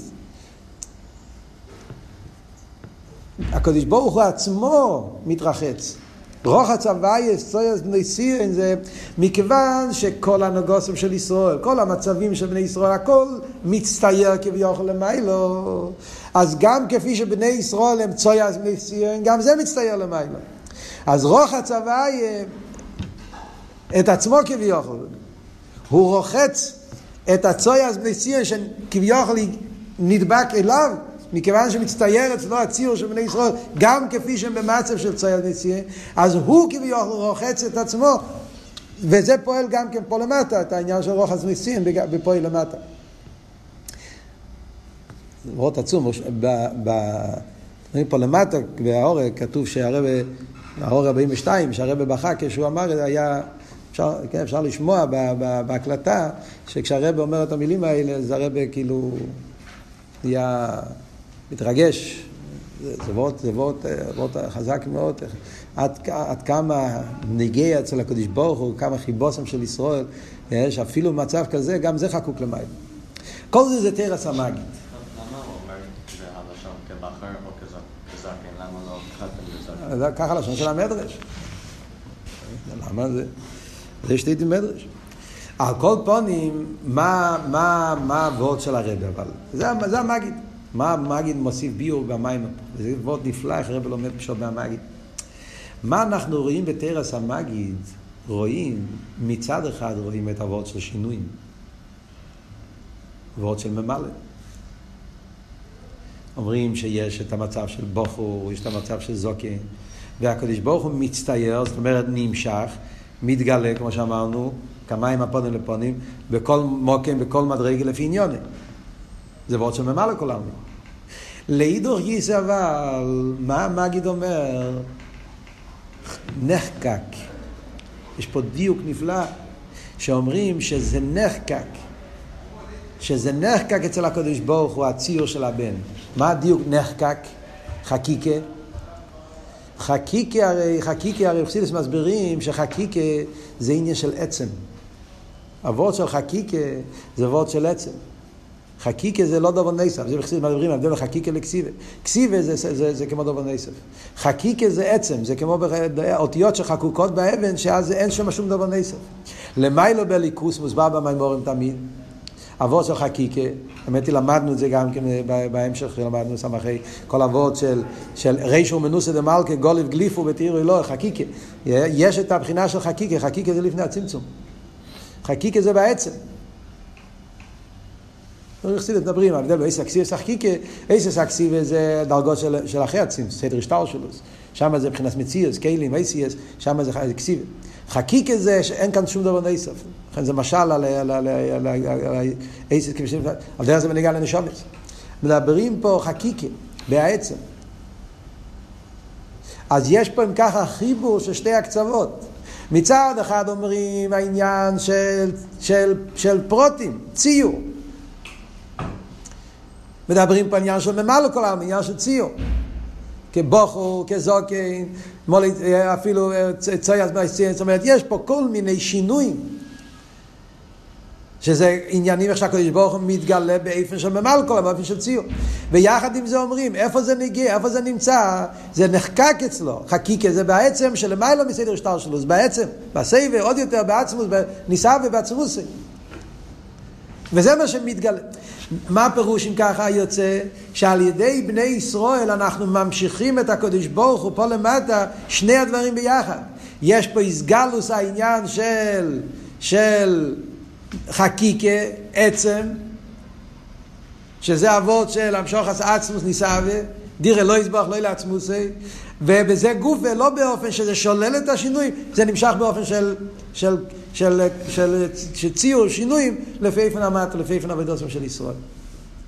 הקדוש ברוך הוא עצמו מתרחץ. רוחץ הווייס צויס בני סירן זה מכיוון שכל הנוגסים של ישראל, כל המצבים של בני ישראל, הכל מצטייר כביכול למיילו. אז גם כפי שבני ישראל הם צויס בני סירן, גם זה מצטייר למיילו. אז רוחץ הווייס את עצמו כביכול, הוא רוחץ את הצויס בני סירן שכביכול נדבק אליו, מכיוון שמצטייר אצלו הציור של בני ישראל, גם כפי שהם במצב של צויס בני סירן, אז הוא כביכול רוחץ את עצמו, וזה פועל גם כן פה למטה, את העניין של רוחץ בני סירן בפועל למטה. זה מאוד עצום, פה למטה בהאורה כתוב שהאורה 42, שהרבא בכה כשהוא אמר, היה אפשר לשמוע בהקלטה שכשהרבא אומר את המילים האלה, אז הרבא כאילו נהיה מתרגש. זה וורט חזק מאוד, עד כמה נגיע אצל הקדוש ברוך הוא, כמה חיבוסם של ישראל, יש אפילו מצב כזה, גם זה חקוק למים. כל זה תרס המגיד. למה הוא אומר זה הלשון כבחר או כזקן? למה לא חתם לזקן? ככה לשון של המדרש. למה זה? זה שתיתי מדרש. על כל פונים, מה הוורד של הרב? אבל זה המגיד. מה המגיד מוסיף ביור במים? וזה וורד נפלא, איך הרב לומד פשוט מהמגיד. מה אנחנו רואים בתרס המגיד? רואים, מצד אחד רואים את הוורד של שינויים. וורד של ממלא. אומרים שיש את המצב של בחור, יש את המצב של זוקן, והקדוש ברוך הוא מצטייר, זאת אומרת נמשך, מתגלה, כמו שאמרנו, כמיים הפונים לפונים, בכל מוקם, בכל מדרגה לפי עניונים. זה וורד של ממלא כל העמים. להידור גיס אבל, מה המגיד אומר? נחקק. יש פה דיוק נפלא, שאומרים שזה נחקק. שזה נחקק אצל הקדוש ברוך הוא, הציור של הבן. מה הדיוק נחקק? חקיקה. חקיקה הרי חסידות מסבירים שחקיקה זה עניין של עצם. הוורד של חקיקה זה וורד של עצם. חקיקה זה לא דבר נסף, זה בחסידות מסבירים, הבדל חקיקה לכסיבה. כסיבה זה כמו דבר נסף. חקיקה זה עצם, זה כמו אותיות שחקוקות באבן, שאז אין שם שום דבר נסף. למיילו בליכוס מוסבר במימורים תמיד. הוורד של חקיקה, האמת היא למדנו את זה גם כן בהמשך, למדנו סמכי, כל הוורד של רישו מנוסה דמלכה, גוליב גליפו ותירו אלוה, חקיקה. יש את הבחינה של חקיקה, חקיקה זה לפני הצמצום. חקיקה זה בעצם. חסידות מדברים, ההבדל בין איסא כסיב וחקיקה, איסא כסיב זה דרגות של אחרי הצמצום, סדר השטר שלו. שם זה מבחינת מציאס, קיילים, איסיאס, שם זה כסיב. חקיקה זה שאין כאן שום דבר נסף. לכן זה משל על איסא כסיב, על דרך זה מנהיגה לנשומת. מדברים פה חקיקה, בעצם. אז יש פה אם ככה חיבור של שתי הקצוות. מצד אחד אומרים העניין של פרוטים, ציור. מדברים פה עניין של ממלא כל העם, עניין של ציור. כבוחו, כזוקן, אפילו צויס בייסציין, זאת אומרת, יש פה כל מיני שינויים, שזה עניינים איך שהקדוש ברוך הוא מתגלה באופן של ממלא כל העם, באופן של ציור. ויחד עם זה אומרים, איפה זה נגיע, איפה זה נמצא, זה נחקק אצלו. חקיקה זה בעצם שלמיילו מסדר שטר שלו, זה בעצם, בסייבה, עוד יותר בעצמוס, בניסה ובעצמוס. וזה מה שמתגלה. מה הפירוש אם ככה יוצא? שעל ידי בני ישראל אנחנו ממשיכים את הקדוש ברוך הוא פה למטה, שני הדברים ביחד. יש פה הסגלוס העניין של חקיקה, עצם, שזה אבות של המשוך עצמוס ניסאווה, דירה לא יסבח, לא לעצמוסי, ובזה גוף ולא באופן שזה שולל את השינוי, זה נמשך באופן של ציור שינויים לפי איפן המטה, לפי איפן עבודתם של ישראל.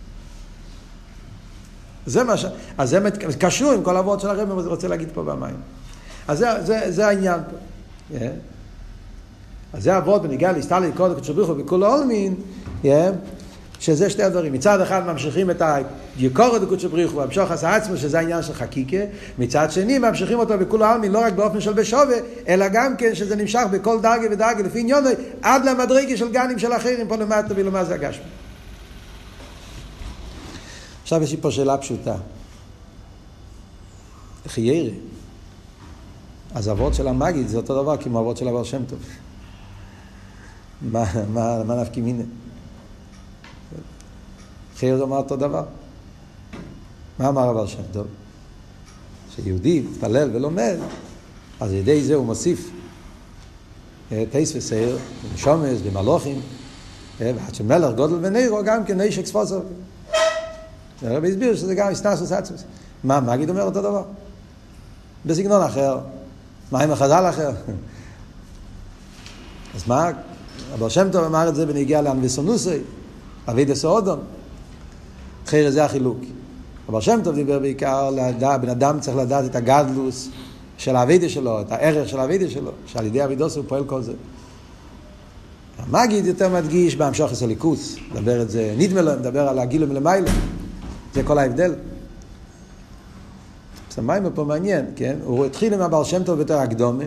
אז זה קשור עם כל העבוד של הרב, הוא רוצה להגיד פה במים. אז זה העניין פה. אז זה העבוד בניגע להסתכל לקרוא לקדוש ברוך הוא בכל העולמין, שזה שתי הדברים. מצד אחד ממשיכים את היקורת לקדוש ברוך הוא והמשוך עצמו, שזה העניין של חקיקה. מצד שני ממשיכים אותו בכל העולמין, לא רק באופן של בשווה, אלא גם כן שזה נמשך בכל דרגה ודרגה לפי עניון, עד למדרגה של גנים של אחרים, פה למטה ולמה זה הגשמי. עכשיו יש לי פה שאלה פשוטה. חיירה. אז העבוד של המגיד זה אותו דבר כמו העבוד של הבעל שם טוב. מה נפקי מיני? חיירה זה אומר אותו דבר. מה אמר הבעל שם טוב? שיהודי מתפלל ולומד, אז ידי זה הוא מוסיף טייס וסייר, בנשומס, במלוכים, ועד שמלך גודל ונעירו גם כן נשק ספוסר. הרב הסביר שזה גם הסתנסוס עצמוס. מה מגיד אומר אותו דבר? בסגנון אחר. מה עם החז"ל אחר? אז מה? הבעל שם טוב אמר את זה בנגיעה לאנבסונוסי, אבידע סעודון. אחרי זה החילוק. הבעל שם טוב דיבר בעיקר, בן אדם צריך לדעת את הגדלוס של האבידע שלו, את הערך של האבידע שלו, שעל ידי אבידוס הוא פועל כל זה. המגיד יותר מדגיש בהמשוך הסליקוס, מדבר את זה, נדמה לו, מדבר על הגילו מלמיילה. זה כל ההבדל. סמיימה פה מעניין, כן? הוא התחיל עם הבעל שם טוב בתור הקדומה,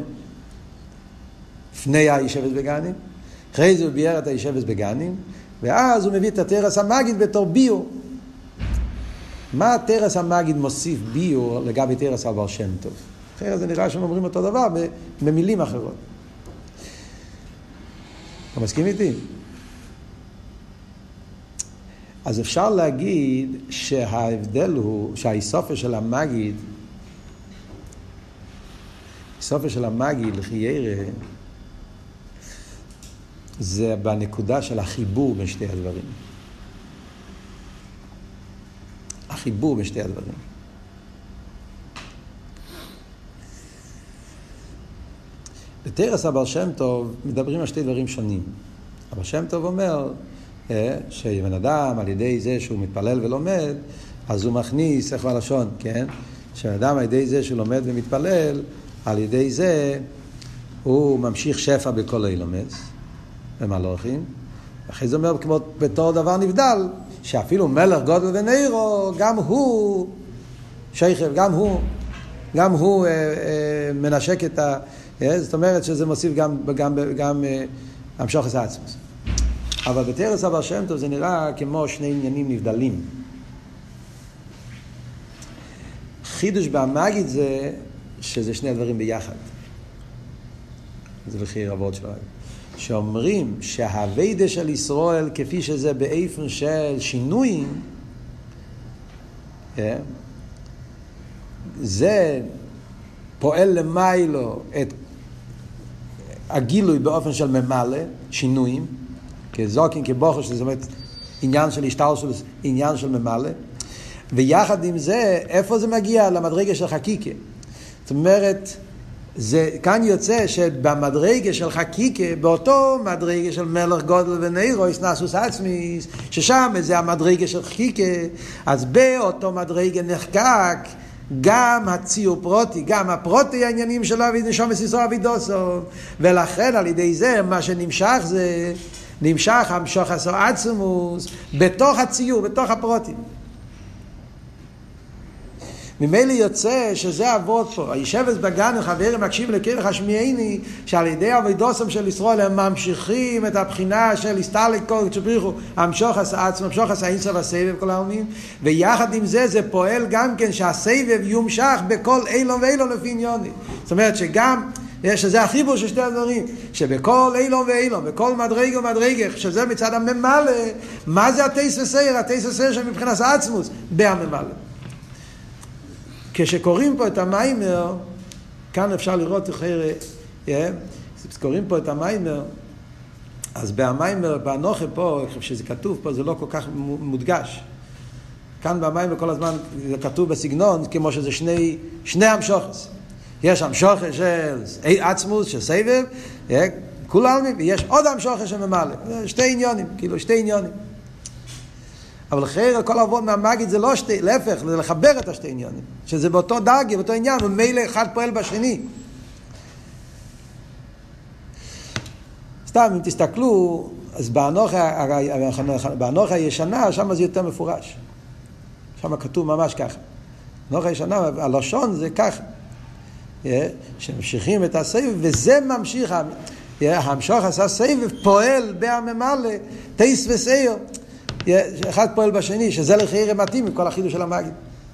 לפני הישבס בגנים, אחרי זה הוא ביאר את הישבס בגנים, ואז הוא מביא את התרס המגיד בתור ביור. מה התרס המגיד מוסיף ביור לגבי תרס הבעל שם טוב? אחרי זה נראה שהם אומרים אותו דבר במילים אחרות. אתה מסכים איתי? אז אפשר להגיד שההבדל הוא שהאיסופה של המגיד, האיסופה של המגיד לחיירה, זה בנקודה של החיבור בין שתי הדברים. החיבור בין שתי הדברים. בתרס הבעל שם טוב מדברים על שתי דברים שונים. הבעל שם טוב אומר שבן אדם על ידי זה שהוא מתפלל ולומד, אז הוא מכניס, איך בלשון, כן? שבן אדם על ידי זה שהוא לומד ומתפלל, על ידי זה הוא ממשיך שפע בכל אילומס, במלוכים. אחרי זה אומר כמו בתור דבר נבדל, שאפילו מלך גודל ונעירו, גם הוא שייכב, גם הוא מנשק את ה... זאת אומרת שזה מוסיף גם המשוך את העצמוס. אבל בתרס הבעל שם טוב זה נראה כמו שני עניינים נבדלים. חידוש במגיד זה שזה שני הדברים ביחד. זה לכי רבות של הרב. שאומרים שההווידה של ישראל כפי שזה באיפן של שינויים, זה פועל למיילו את הגילוי באופן של ממלא, שינויים, כזוקין, כבוחר, שזה אומרת עניין של השטר של עניין של ממלא, ויחד עם זה, איפה זה מגיע? למדרגה של חקיקה. זאת אומרת, זה כאן יוצא שבמדרגה של חקיקה, באותו מדרגה של מלך גודל ונעירו, הסנסוס עצמי, ששם זה המדרגה של חקיקה, אז באותו מדרגה נחקק גם הציור פרוטי, גם הפרוטי העניינים שלו ונשום וסיסו אבידוסו, ולכן על ידי זה מה שנמשך זה נמשך המשוך עשו עצמוס בתוך הציור, בתוך הפרוטים. ממילא יוצא שזה עבוד פה. הישבס בגן וחברים מקשיב לקרח השמיעיני, שעל ידי עבודוסם של ישראל הם ממשיכים את הבחינה של הסתלק כל צ'בריחו, המשוך עשה עצמו, המשוך עשה אינסה והסבב כל העלמין, ויחד עם זה זה פועל גם כן שהסבב יומשך בכל אילון ואילון לפי עניוני. זאת אומרת שגם שזה החיבור של שתי הדברים, שבכל אילון ואילון, בכל מדרגה ומדרגה, שזה מצד הממלא, מה זה התייס וסייר? התייס וסייר שמבחינת העצמוס, בהממלא. כשקוראים פה את המיימר, כאן אפשר לראות אחרי, כשקוראים פה את המיימר, אז במיימר, באנוכה פה, כשזה כתוב פה, זה לא כל כך מודגש. כאן במיימר כל הזמן זה כתוב בסגנון, כמו שזה שני המשוחס. יש המשוחס של עצמוס, של סבב, כולם, ויש עוד המשוחס של ממלא. שתי עניונים, כאילו שתי עניונים. אבל חייר כל עבוד מהמגיד זה לא שתי, להפך, זה לחבר את השתי עניונים, שזה באותו דרגה, באותו עניין, ומילא אחד פועל בשני. סתם, אם תסתכלו, אז באנוכה הישנה, שם זה יותר מפורש. שם כתוב ממש ככה. באנוכה הישנה, הלשון זה ככה. שממשיכים את הסבב, וזה ממשיך, המשוך עשה סבב, פועל בהממלא, טייס וסייר. אחד פועל בשני, שזה לחייר מתאים עם כל החידוש של המגיד.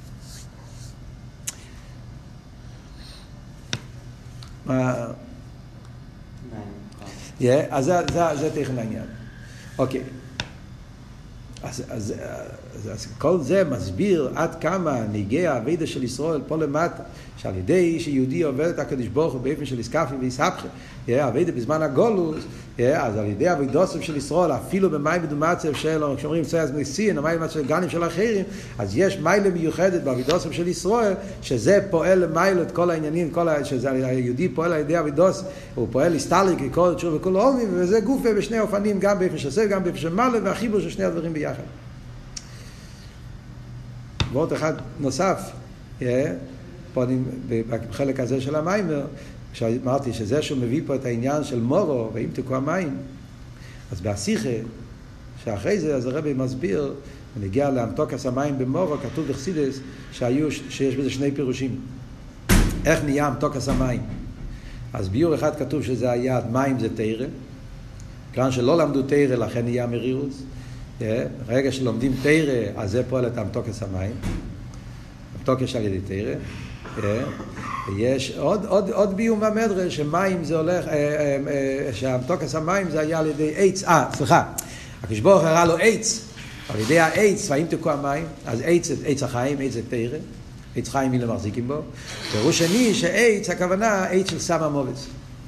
אז זה תכן העניין. אוקיי. אז כל זה מסביר עד כמה ניגע העבודה של ישראל פה למטה, שעל ידי שיהודי עובד את הקדוש ברוך הוא באופן של איסקפי ואיסהפכי, העבודה בזמן הגולוס, אז על ידי העבודות של ישראל, אפילו במים בדומצב שלו, כשאומרים צויאז מסיין, המים של גנים של אחרים, אז יש מיילה מיוחדת בעבודות של ישראל, שזה פועל למיילה את כל העניינים, שזה היהודי פועל על ידי העבודות, הוא פועל היסטלי ככל תשור וכל עולמי, וזה גופה בשני אופנים, גם באופן של סב, גם באופן של מלא, והחיבור של שני הדברים ביחד. ועוד אחד נוסף, פה בחלק הזה של המיימר, כשאמרתי שזה שהוא מביא פה את העניין של מורו, ואם תקוע מים, אז בהשיחה, שאחרי זה, אז הרבי מסביר, ונגיע להמתוקס המים במורו, כתוב בחסידס, שיש בזה שני פירושים. איך נהיה המתוקס המים? אז ביור אחד כתוב שזה היד, מים זה תירה, כיוון שלא למדו תירה, לכן נהיה מרירוס. רגע שלומדים תירה, אז זה פועל את המתוקס המים. המתוקס על ידי תירה. יש עוד ביום במדרש שמים זה הולך, שהמתוקס המים זה היה על ידי עץ, הקדוש ברוך הראה לו עץ, על ידי העץ, והאם תקוע מים, אז עץ החיים, עץ זה תירה, עץ חיים מי למחזיקים בו, פירוש שני שעץ, הכוונה עץ של סם המובץ.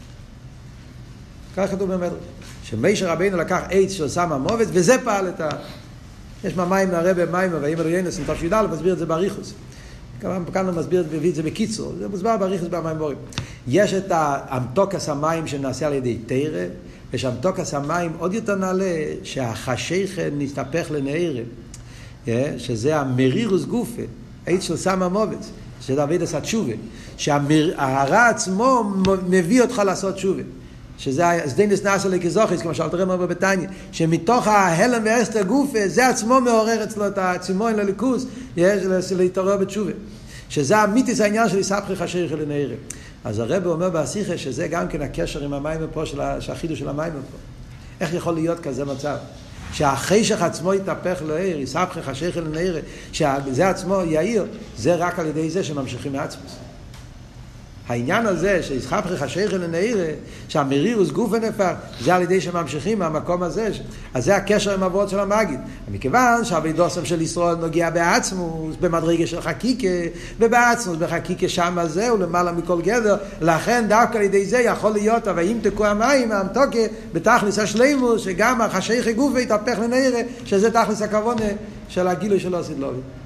כך כתוב במדרש, שמשה רבינו לקח עץ של סם המובץ, וזה פעל את יש מים מהרבא מים, ואם אלו ינס, נתף שידל, מסביר את זה בריחוס. כאן הוא מסביר את זה בקיצור, זה מוסבר בריחוס במים. יש את המתוקס המים שנעשה על ידי תירה, יש המתוקס המים עוד יותר נעלה, שהחשיך נסתפך לנערה, שזה המרירוס גופה, עץ של סם המובץ, שזה עבד עשה תשובה, שההרע עצמו מביא אותך לעשות תשובה. שזה סדינס נעשה לכזוכיס, כמו שאלת רמר בבטניה, שמתוך ההלם והסתר גופה, זה עצמו מעורר אצלו את הצימון לליכוס, יש להתעורר בתשובה. שזה המיתיס העניין של יספחי חשיך לנערה. אז הרב אומר בהשיחה שזה גם כן הקשר עם המים פה, שהחידוש של המים פה. איך יכול להיות כזה מצב? שהחשך עצמו יתהפך לעיר, יספחי חשיך לנערה, שזה עצמו יאיר, זה רק על ידי זה שממשיכים מעצמוס. העניין הזה שיסחפך חשיך לנערה, שהמרירוס גוף ונפח, זה על ידי שממשיכים מהמקום הזה, אז זה הקשר עם העבוד של המגיד. מכיוון שהעבודות של ישראל נוגע בעצמוס, במדרגה של חקיקה, ובעצמוס בחקיקה שם הזה, ולמעלה מכל גדר, לכן דווקא על ידי זה יכול להיות, אבל אם תקוע מים, המתוקה, בתכלס השלימוס, שגם החשיך גוף יתהפך לנערה, שזה תכלס הכוונה של הגילוי של הסדלובי.